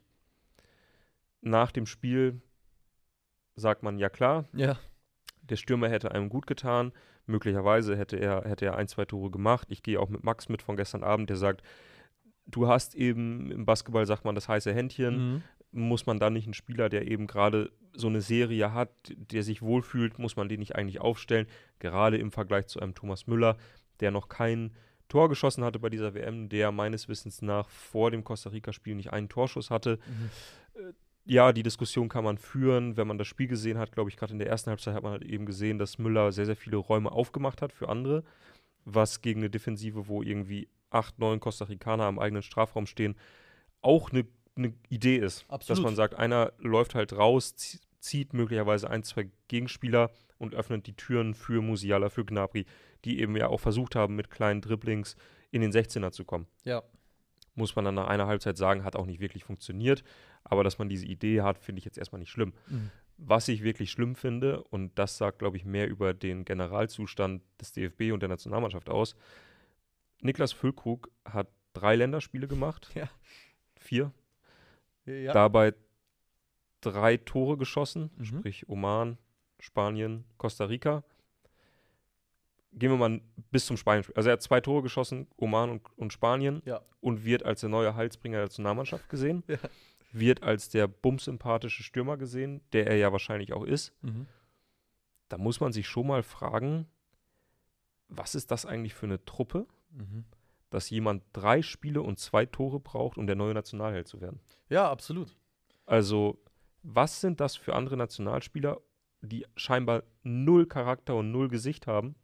Nach dem Spiel sagt man, ja klar, Ja. der Stürmer hätte einem gut getan. Möglicherweise hätte er, hätte er ein, zwei Tore gemacht. Ich gehe auch mit Max mit von gestern Abend, der sagt, du hast eben, im Basketball sagt man das heiße Händchen. Mhm. Muss man dann nicht einen Spieler, der eben gerade so eine Serie hat, der sich wohlfühlt, muss man den nicht eigentlich aufstellen? Gerade im Vergleich zu einem Thomas Müller, der noch kein Tor geschossen hatte bei dieser W M, der meines Wissens nach vor dem Costa Rica-Spiel nicht einen Torschuss hatte. Mhm. Ja, die Diskussion kann man führen, wenn man das Spiel gesehen hat, glaube ich, gerade in der ersten Halbzeit hat man halt eben gesehen, dass Müller sehr, sehr viele Räume aufgemacht hat für andere, was gegen eine Defensive, wo irgendwie acht, neun Costa Ricaner am eigenen Strafraum stehen, auch eine, eine Idee ist. Absolut. Dass man sagt, einer läuft halt raus, zie- zieht möglicherweise ein, zwei Gegenspieler und öffnet die Türen für Musiala, für Gnabry, die eben ja auch versucht haben, mit kleinen Dribblings in den sechzehner zu kommen. Ja. Muss man dann nach einer Halbzeit sagen, hat auch nicht wirklich funktioniert. Aber dass man diese Idee hat, finde ich jetzt erstmal nicht schlimm. Mhm. Was ich wirklich schlimm finde, und das sagt, glaube ich, mehr über den Generalzustand des D F B und der Nationalmannschaft aus, Niklas Füllkrug hat drei Länderspiele gemacht. Ja. Vier. Ja. Dabei drei Tore geschossen, Mhm. sprich Oman, Spanien, Costa Rica. Gehen wir mal bis zum Spanien-Spiel. Also er hat zwei Tore geschossen, Oman und, und Spanien, Ja. und wird als der neue Heilsbringer der Nationalmannschaft gesehen. Ja. Wird als der bumsympathische Stürmer gesehen, der er ja wahrscheinlich auch ist. Mhm. Da muss man sich schon mal fragen, was ist das eigentlich für eine Truppe, Mhm. dass jemand drei Spiele und zwei Tore braucht, um der neue Nationalheld zu werden? Ja, absolut. Also, was sind das für andere Nationalspieler, die scheinbar null Charakter und null Gesicht haben,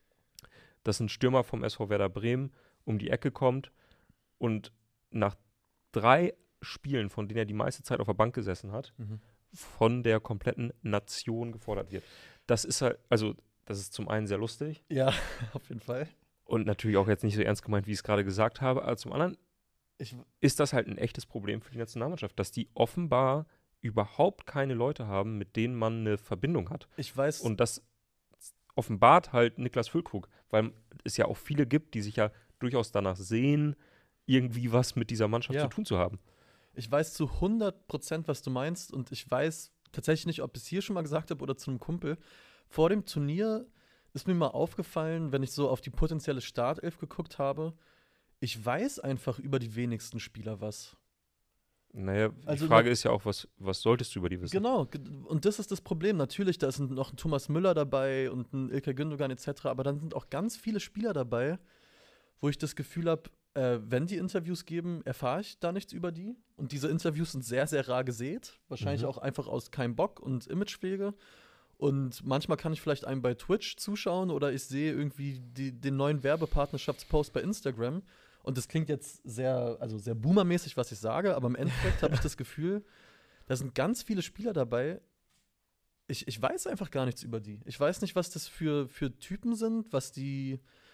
dass ein Stürmer vom S V Werder Bremen um die Ecke kommt und nach drei Spielen, von denen er die meiste Zeit auf der Bank gesessen hat, Mhm. von der kompletten Nation gefordert wird. Das ist halt, also, das ist zum einen sehr lustig Ja, auf jeden Fall. und natürlich auch jetzt nicht so ernst gemeint, wie ich es gerade gesagt habe, aber zum anderen Ich, ist das halt ein echtes Problem für die Nationalmannschaft, dass die offenbar überhaupt keine Leute haben, mit denen man eine Verbindung hat. ich weiß, Und das offenbart halt Niklas Füllkrug, weil es ja auch viele gibt, die sich ja durchaus danach sehen, irgendwie was mit dieser Mannschaft Ja. zu tun zu haben. ich weiß zu hundert Prozent, was du meinst, und ich weiß tatsächlich nicht, ob ich es hier schon mal gesagt habe oder zu einem Kumpel. Vor dem Turnier ist mir mal aufgefallen, wenn ich so auf die potenzielle Startelf geguckt habe, ich weiß einfach über die wenigsten Spieler was. Naja, die Also Frage noch- ist ja auch, was, was solltest du über die wissen? Genau, ge- und das ist das Problem. Natürlich, da ist ein- noch ein Thomas Müller dabei und ein Ilkay Gündogan et cetera, aber dann sind auch ganz viele Spieler dabei, wo ich das Gefühl habe, äh, wenn die Interviews geben, erfahre ich da nichts über die. Und diese Interviews sind sehr, sehr rar gesät. Wahrscheinlich Mhm. auch einfach aus keinem Bock und Imagepflege. Und manchmal kann ich vielleicht einem bei Twitch zuschauen oder ich sehe irgendwie die, den neuen Werbepartnerschaftspost bei Instagram. Und das klingt jetzt sehr, also sehr boomermäßig, was ich sage, aber im Endeffekt habe ich das Gefühl, da sind ganz viele Spieler dabei. Ich, ich weiß einfach gar nichts über die. Ich weiß nicht, was das für, für Typen sind, was die,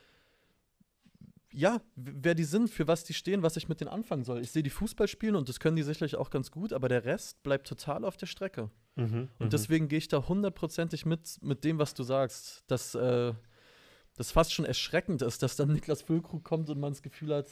ja, wer die sind, für was die stehen, was ich mit denen anfangen soll. Ich sehe die Fußball spielen und das können die sicherlich auch ganz gut, aber der Rest bleibt total auf der Strecke. Mhm, Und deswegen gehe ich da hundertprozentig mit, mit dem, was du sagst, dass äh, das fast schon erschreckend ist, dass dann Niklas Füllkrug kommt und man das Gefühl hat,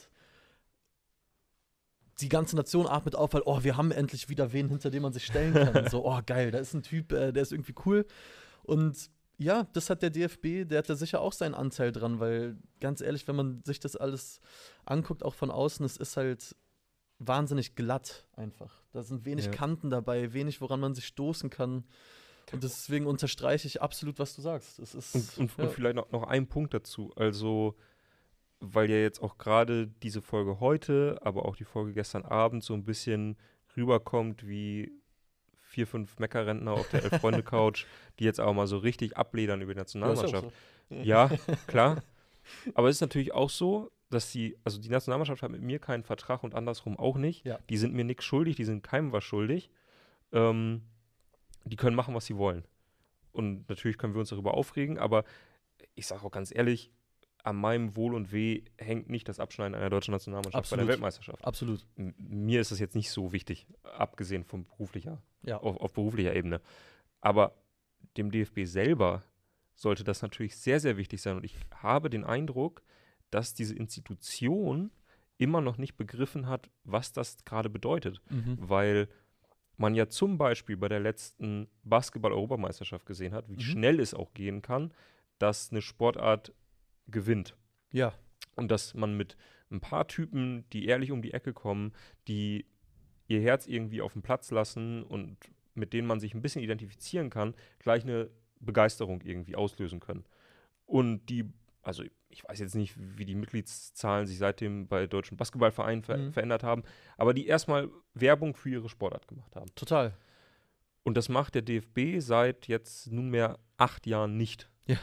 die ganze Nation atmet auf, weil, oh, wir haben endlich wieder wen, hinter dem man sich stellen kann. So, oh, geil, da ist ein Typ, äh, der ist irgendwie cool. Und ja, das hat der D F B, der hat da sicher auch seinen Anteil dran, weil ganz ehrlich, wenn man sich das alles anguckt, auch von außen, es ist halt wahnsinnig glatt einfach. Da sind wenig Ja. Kanten dabei, wenig, woran man sich stoßen kann. Und deswegen unterstreiche ich absolut, was du sagst. Es ist, Und, und, ja. und vielleicht noch, noch ein Punkt dazu. Also, weil ja jetzt auch gerade diese Folge heute, aber auch die Folge gestern Abend so ein bisschen rüberkommt wie vier, fünf Meckerrentner auf der Elf-Freunde-Couch, die jetzt auch mal so richtig abledern über die Ja, ist ja auch Nationalmannschaft. so. Ja, klar. Aber es ist natürlich auch so, dass die, also die Nationalmannschaft hat mit mir keinen Vertrag und andersrum auch nicht. Ja. Die sind mir nichts schuldig, die sind keinem was schuldig. Ähm, die können machen, was sie wollen. Und natürlich können wir uns darüber aufregen, aber ich sage auch ganz ehrlich, an meinem Wohl und Weh hängt nicht das Abschneiden einer deutschen Nationalmannschaft bei Absolut. der Weltmeisterschaft. Absolut. M- Mir ist das jetzt nicht so wichtig, abgesehen von beruflicher, Ja. auf, auf beruflicher Ebene. Aber dem D F B selber sollte das natürlich sehr, sehr wichtig sein. Und ich habe den Eindruck, dass diese Institution immer noch nicht begriffen hat, was das gerade bedeutet. Mhm. Weil man ja zum Beispiel bei der letzten Basketball-Europameisterschaft gesehen hat, wie Mhm. schnell es auch gehen kann, dass eine Sportart gewinnt. Ja. Und dass man mit ein paar Typen, die ehrlich um die Ecke kommen, die ihr Herz irgendwie auf den Platz lassen und mit denen man sich ein bisschen identifizieren kann, gleich eine Begeisterung irgendwie auslösen können. Und die, also ich weiß jetzt nicht, wie die Mitgliedszahlen sich seitdem bei deutschen Basketballvereinen ver Mhm. verändert haben, aber die erstmal Werbung für ihre Sportart gemacht haben. Total. Und das macht der D F B seit jetzt nunmehr acht Jahren nicht. Ja.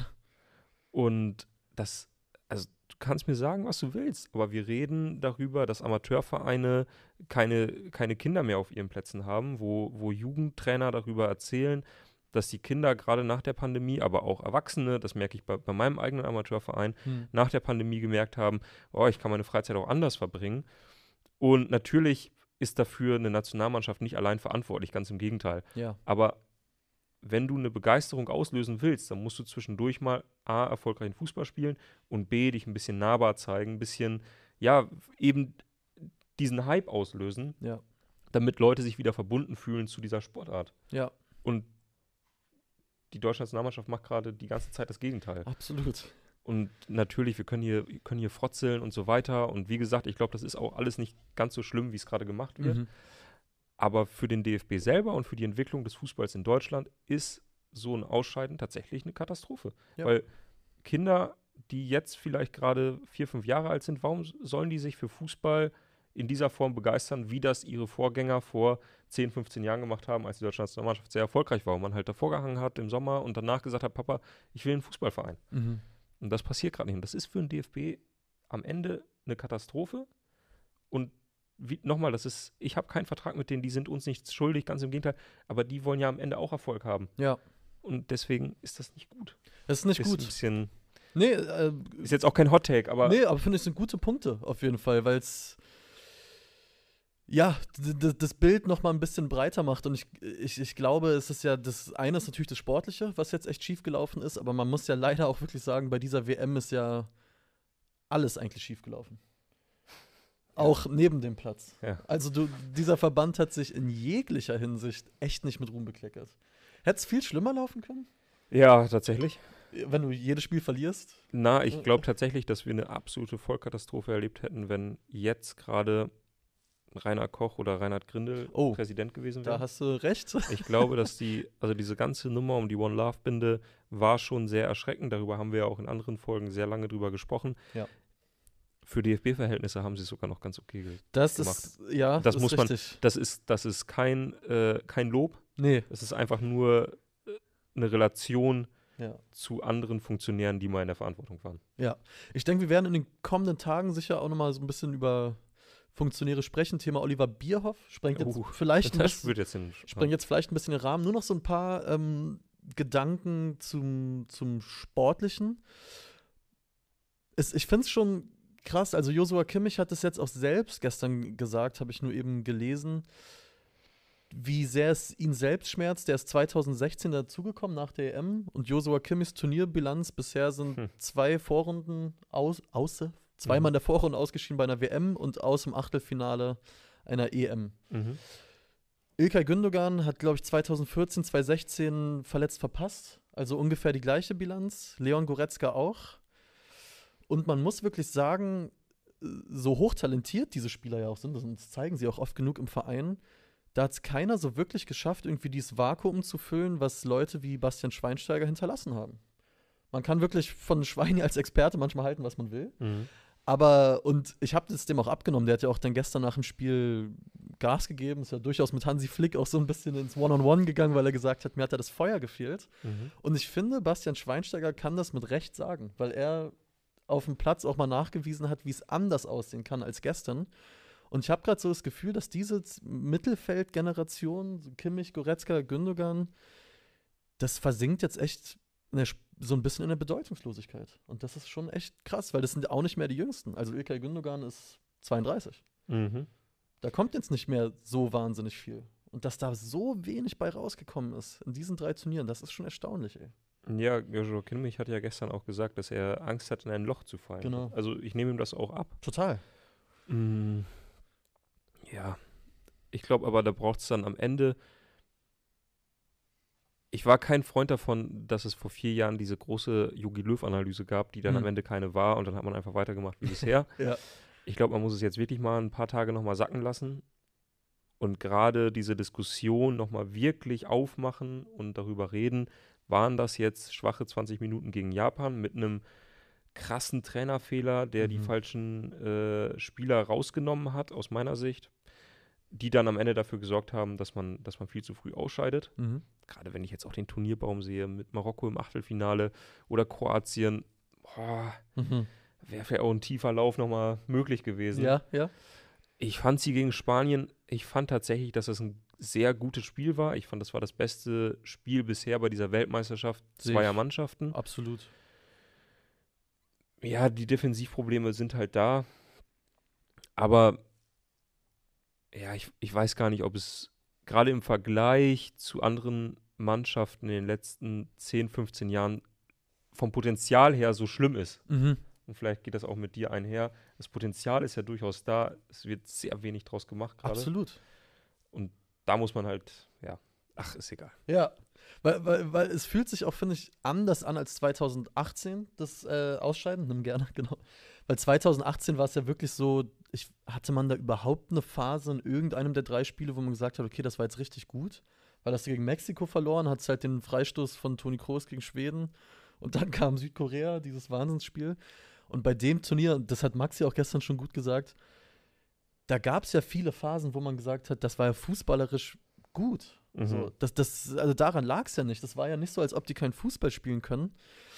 Und das, also du kannst mir sagen, was du willst, aber wir reden darüber, dass Amateurvereine keine, keine Kinder mehr auf ihren Plätzen haben, wo, wo Jugendtrainer darüber erzählen, dass die Kinder gerade nach der Pandemie, aber auch Erwachsene, das merke ich bei, bei meinem eigenen Amateurverein, Hm. nach der Pandemie gemerkt haben, oh, ich kann meine Freizeit auch anders verbringen. Und natürlich ist dafür eine Nationalmannschaft nicht allein verantwortlich, ganz im Gegenteil. Ja. Aber wenn du eine Begeisterung auslösen willst, dann musst du zwischendurch mal A, erfolgreichen Fußball spielen und B, dich ein bisschen nahbar zeigen, ein bisschen, ja, eben diesen Hype auslösen, Ja. damit Leute sich wieder verbunden fühlen zu dieser Sportart. Ja. Und die deutsche Nationalmannschaft macht gerade die ganze Zeit das Gegenteil. Absolut. Und natürlich, wir können hier, wir können hier frotzeln und so weiter. Und wie gesagt, ich glaube, das ist auch alles nicht ganz so schlimm, wie es gerade gemacht wird. Mhm. Aber für den D F B selber und für die Entwicklung des Fußballs in Deutschland ist so ein Ausscheiden tatsächlich eine Katastrophe. Ja. Weil Kinder, die jetzt vielleicht gerade vier, fünf Jahre alt sind, warum sollen die sich für Fußball in dieser Form begeistern, wie das ihre Vorgänger vor zehn, fünfzehn Jahren gemacht haben, als die deutsche Nationalmannschaft sehr erfolgreich war und man halt davor gehangen hat im Sommer und danach gesagt hat, Papa, ich will einen Fußballverein. Mhm. Und das passiert gerade nicht. Und das ist für den D F B am Ende eine Katastrophe. Und wie, nochmal, das ist, ich habe keinen Vertrag mit denen, die sind uns nichts schuldig, ganz im Gegenteil, aber die wollen ja am Ende auch Erfolg haben. Ja. Und deswegen ist das nicht gut. Das ist nicht ist gut. Ein bisschen, Nee, äh, ist jetzt auch kein Hot-Take, aber nee, aber finde ich, sind gute Punkte auf jeden Fall, weil es ja, d- d- das Bild noch mal ein bisschen breiter macht und ich, ich, ich glaube, es ist ja, das eine ist natürlich das Sportliche, was jetzt echt schief gelaufen ist, aber man muss ja leider auch wirklich sagen, bei dieser W M ist ja alles eigentlich schief gelaufen. Auch neben dem Platz. Ja. Also du, dieser Verband hat sich in jeglicher Hinsicht echt nicht mit Ruhm bekleckert. Hätte es viel schlimmer laufen können, ja, tatsächlich. wenn du jedes Spiel verlierst? Na, ich glaube tatsächlich, dass wir eine absolute Vollkatastrophe erlebt hätten, wenn jetzt gerade Rainer Koch oder Reinhard Grindel Oh, Präsident gewesen Da wäre. hast du recht. Ich glaube, dass die, also diese ganze Nummer um die One Love Binde war schon sehr erschreckend. Darüber haben wir ja auch in anderen Folgen sehr lange drüber gesprochen. Ja. Für D F B-Verhältnisse haben sie es sogar noch ganz okay ge- Das gemacht. ist, ja, Das ist muss man- richtig. Das ist, das ist kein, äh, kein Lob. Nee, Es ist einfach nur äh, eine Relation ja. zu anderen Funktionären, die mal in der Verantwortung waren. Ja, ich denke, wir werden in den kommenden Tagen sicher auch nochmal so ein bisschen über Funktionäre sprechen. Thema Oliver Bierhoff sprengt jetzt Uh, vielleicht ein Das bisschen, wird jetzt den sprengt jetzt vielleicht ein bisschen den Rahmen. Nur noch so ein paar ähm, Gedanken zum, zum Sportlichen. Es, ich finde es schon krass. Also Joshua Kimmich hat es jetzt auch selbst gestern gesagt, habe ich nur eben gelesen, wie sehr es ihn selbst schmerzt. Der ist zwanzig sechzehn dazugekommen nach der E M und Joshua Kimmichs Turnierbilanz bisher sind hm. zwei Vorrunden aus, aus zweimal mhm. in der Vorrunde ausgeschieden bei einer W M und aus dem Achtelfinale einer E M. Mhm. İlkay Gündogan hat, glaube ich, zwanzig vierzehn, zwanzig sechzehn verletzt verpasst. Also ungefähr die gleiche Bilanz. Leon Goretzka auch. Und man muss wirklich sagen, so hochtalentiert diese Spieler ja auch sind, das zeigen sie auch oft genug im Verein, da hat es keiner so wirklich geschafft, irgendwie dieses Vakuum zu füllen, was Leute wie Bastian Schweinsteiger hinterlassen haben. Man kann wirklich von Schweini als Experte manchmal halten, was man will. Mhm. Aber, und ich habe das dem auch abgenommen, der hat ja auch dann gestern nach dem Spiel Gas gegeben, ist ja durchaus mit Hansi Flick auch so ein bisschen ins One-on-One gegangen, weil er gesagt hat, mir hat da das Feuer gefehlt. Mhm. Und ich finde, Bastian Schweinsteiger kann das mit Recht sagen, weil er auf dem Platz auch mal nachgewiesen hat, wie es anders aussehen kann als gestern. Und ich habe gerade so das Gefühl, dass diese Mittelfeldgeneration, Kimmich, Goretzka, Gündogan, das versinkt jetzt echt der, so ein bisschen in der Bedeutungslosigkeit. Und das ist schon echt krass, weil das sind auch nicht mehr die Jüngsten. Also İlkay Gündogan ist zweiunddreißig. Mhm. Da kommt jetzt nicht mehr so wahnsinnig viel. Und dass da so wenig bei rausgekommen ist in diesen drei Turnieren, das ist schon erstaunlich, ey. Ja, Joshua Kimmich hat ja gestern auch gesagt, dass er Angst hat, in ein Loch zu fallen. Genau. Also ich nehme ihm das auch ab. Total. Mm, ja, ich glaube aber, da braucht es dann am Ende. Ich war kein Freund davon, dass es vor vier Jahren diese große Jogi Löw-Analyse gab, die dann mhm. am Ende keine war und dann hat man einfach weitergemacht wie bisher. Ja. Ich glaube, man muss es jetzt wirklich mal ein paar Tage nochmal sacken lassen und gerade diese Diskussion nochmal wirklich aufmachen und darüber reden, waren das jetzt schwache zwanzig Minuten gegen Japan mit einem krassen Trainerfehler, der mhm. die falschen äh, Spieler rausgenommen hat, aus meiner Sicht, die dann am Ende dafür gesorgt haben, dass man, dass man viel zu früh ausscheidet. Mhm. Gerade wenn ich jetzt auch den Turnierbaum sehe mit Marokko im Achtelfinale oder Kroatien, mhm. wäre vielleicht auch ein tiefer Lauf nochmal möglich gewesen. Ja, ja. Ich fand sie gegen Spanien, ich fand tatsächlich, dass es ein sehr gutes Spiel war. Ich fand, das war das beste Spiel bisher bei dieser Weltmeisterschaft zweier Mannschaften. Absolut. Ja, die Defensivprobleme sind halt da. Aber ja, ich, ich weiß gar nicht, ob es gerade im Vergleich zu anderen Mannschaften in den letzten zehn, fünfzehn Jahren vom Potenzial her so schlimm ist. Mhm. Und vielleicht geht das auch mit dir einher. Das Potenzial ist ja durchaus da. Es wird sehr wenig draus gemacht gerade. Absolut. Und da muss man halt, ja, ach, ist egal. Ja, weil, weil, weil es fühlt sich auch, finde ich, anders an als zwanzig achtzehn, das äh, Ausscheiden. Nimm gerne, genau. Weil zwanzig achtzehn war es ja wirklich so, ich, hatte man da überhaupt eine Phase in irgendeinem der drei Spiele, wo man gesagt hat, okay, das war jetzt richtig gut. Weil das gegen Mexiko verloren, hat es halt den Freistoß von Toni Kroos gegen Schweden. Und dann kam Südkorea, dieses Wahnsinnsspiel. Und bei dem Turnier, das hat Maxi auch gestern schon gut gesagt, da gab es ja viele Phasen, wo man gesagt hat, das war ja fußballerisch gut. Mhm. So, das, das, also daran lag es ja nicht. Das war ja nicht so, als ob die keinen Fußball spielen können.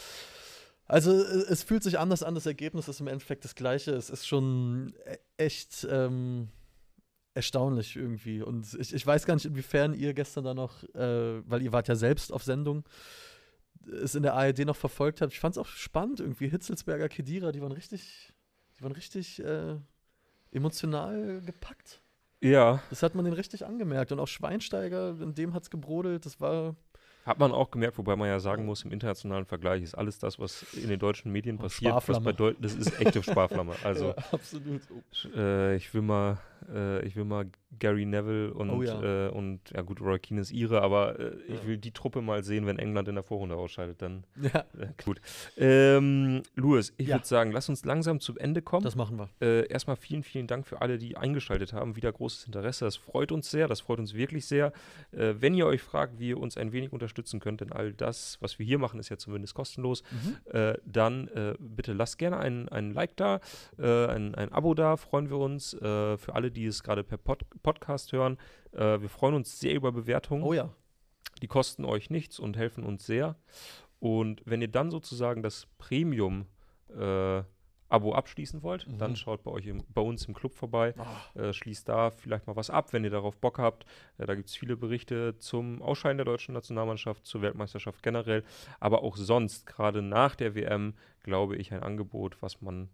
Also es fühlt sich anders an, das Ergebnis ist im Endeffekt das gleiche. Es ist schon echt ähm, erstaunlich irgendwie. Und ich, ich weiß gar nicht, inwiefern ihr gestern da noch, äh, weil ihr wart ja selbst auf Sendung, es in der A R D noch verfolgt habt. Ich fand es auch spannend irgendwie. Hitzelsberger, Khedira, die waren richtig, die waren richtig äh, emotional gepackt. Ja. Das hat man denen richtig angemerkt. Und auch Schweinsteiger, in dem hat es gebrodelt. Das war Hat man auch gemerkt, wobei man ja sagen muss, im internationalen Vergleich ist alles das, was in den deutschen Medien passiert, was bei Deut- das ist echte Sparflamme. Also, ja, absolut. Äh, ich will mal, äh, ich will mal Gary Neville und, oh, ja. Äh, und ja gut, Roy Keane ist ihre, aber äh, ja. ich will die Truppe mal sehen, wenn England in der Vorrunde ausscheidet, dann ja. äh, gut. Ähm, Louis, ich ja. würde sagen, lass uns langsam zum Ende kommen. Das machen wir. Äh, erstmal vielen, vielen Dank für alle, die eingeschaltet haben. Wieder großes Interesse, das freut uns sehr, das freut uns wirklich sehr. Äh, wenn ihr euch fragt, wie ihr uns ein wenig unterstützen könnt, denn all das, was wir hier machen, ist ja zumindest kostenlos, mhm. äh, dann äh, bitte lasst gerne ein, ein Like da, äh, ein, ein Abo da, freuen wir uns. Äh, für alle, die es gerade per Pod- Podcast hören, äh, wir freuen uns sehr über Bewertungen. Oh ja. Die kosten euch nichts und helfen uns sehr. Und wenn ihr dann sozusagen das Premium äh, Abo abschließen wollt, mhm. dann schaut bei euch im, bei uns im Club vorbei, oh. äh, schließt da vielleicht mal was ab, wenn ihr darauf Bock habt. Äh, da gibt es viele Berichte zum Ausscheiden der deutschen Nationalmannschaft, zur Weltmeisterschaft generell, aber auch sonst, gerade nach der W M, glaube ich, ein Angebot, was man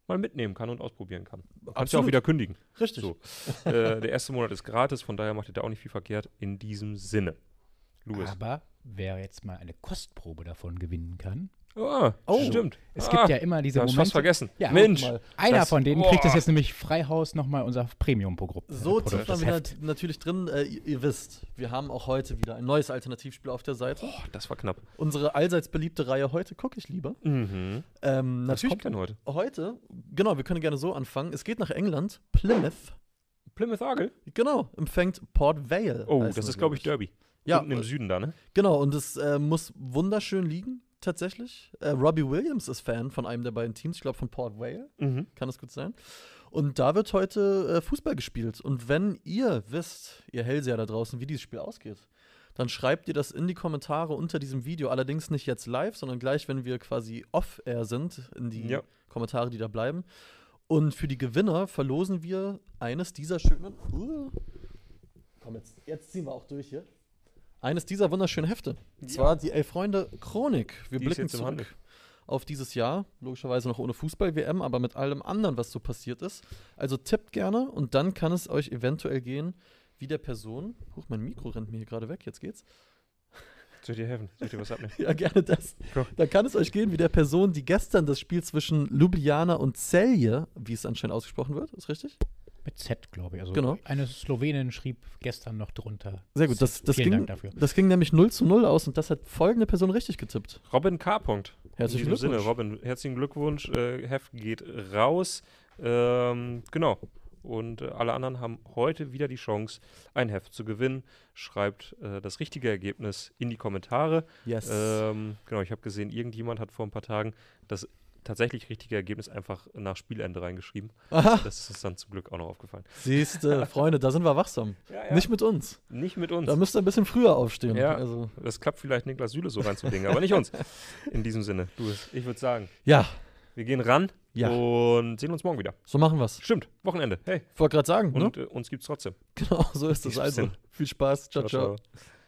mal mitnehmen kann und ausprobieren kann. Kannst ja auch Absolut. wieder kündigen. Richtig. So. äh, der erste Monat ist gratis, von daher macht ihr da auch nicht viel verkehrt. In diesem Sinne. Louis. Aber wer jetzt mal eine Kostprobe davon gewinnen kann. Ah, Oh. stimmt. Es ah, gibt ja immer diese da hab ich Momente. fast vergessen. Ja, Mensch. mal. Einer Das- von denen boah. kriegt das jetzt nämlich Freihaus nochmal unser Premium-Programm. So Produkt, tief waren das wir Heft. nat natürlich drin. Äh, ihr, ihr wisst, wir haben auch heute wieder ein neues Alternativspiel auf der Seite. Boah, das war knapp. Unsere allseits beliebte Reihe Heute gucke ich lieber. Mhm. Ähm, Was natürlich kommt denn heute? heute, genau, wir können gerne so anfangen. Es geht nach England. Plymouth, Plymouth Argyle? genau, empfängt Port Vale. Oh, heißen das wir, ist, glaube ich, Derby. Ja, Unten im äh, Süden da, ne? Genau, und es äh, muss wunderschön liegen, tatsächlich. Äh, Robbie Williams ist Fan von einem der beiden Teams, ich glaube von Port Vale. Mhm. Kann das gut sein? Und da wird heute äh, Fußball gespielt. Und wenn ihr wisst, ihr Hellseher da draußen, wie dieses Spiel ausgeht, dann schreibt ihr das in die Kommentare unter diesem Video. Allerdings nicht jetzt live, sondern gleich, wenn wir quasi off-air sind, in die Ja. Kommentare, die da bleiben. Und für die Gewinner verlosen wir eines dieser schönen. Uh, komm, jetzt, jetzt ziehen wir auch durch hier. Eines dieser wunderschönen Hefte. Und Ja. zwar die Elf Freunde Chronik. Wir Die ist blicken jetzt im Handel. zurück auf dieses Jahr. Logischerweise noch ohne Fußball-W M, aber mit allem anderen, was so passiert ist. Also tippt gerne und dann kann es euch eventuell gehen, wie der Person. Huch, mein Mikro rennt mir hier gerade weg. Jetzt geht's. Soll ich dir helfen? Soll ich dir was abnehmen? Ja, gerne das. Komm. Dann kann es euch gehen wie der Person, die gestern das Spiel zwischen Ljubljana und Celje, wie es anscheinend ausgesprochen wird, ist richtig? Mit Z, glaube ich. Also Genau. eine Slowenin schrieb gestern noch drunter. Sehr gut, das, das, Vielen ging, Dank dafür. das ging nämlich null zu null aus und das hat folgende Person richtig getippt. Robin K. Punkt. Herzlichen In diesem Sinne, Glückwunsch. Robin, herzlichen Glückwunsch. Äh, Heft geht raus. Ähm, genau. Und äh, alle anderen haben heute wieder die Chance, ein Heft zu gewinnen. Schreibt äh, das richtige Ergebnis in die Kommentare. Yes. Ähm, genau, ich habe gesehen, irgendjemand hat vor ein paar Tagen das tatsächlich richtige Ergebnis einfach nach Spielende reingeschrieben. Aha, Das ist uns dann zum Glück auch noch aufgefallen. siehste, Freunde, da sind wir wachsam. Ja, Nicht mit uns. Nicht mit uns. Da müsst ihr ein bisschen früher aufstehen. Ja. Also, Das klappt vielleicht Niklas Süle so reinzubringen, aber nicht uns. In diesem Sinne, du, ich würde sagen, ja, wir gehen ran Ja. und sehen uns morgen wieder. so machen wir's. Stimmt, Wochenende. Hey, Ich wollte gerade sagen, ne? und äh, uns gibt's trotzdem. Genau, so ist In es diesem also. Sinne. Viel Spaß. ciao. ciao. ciao.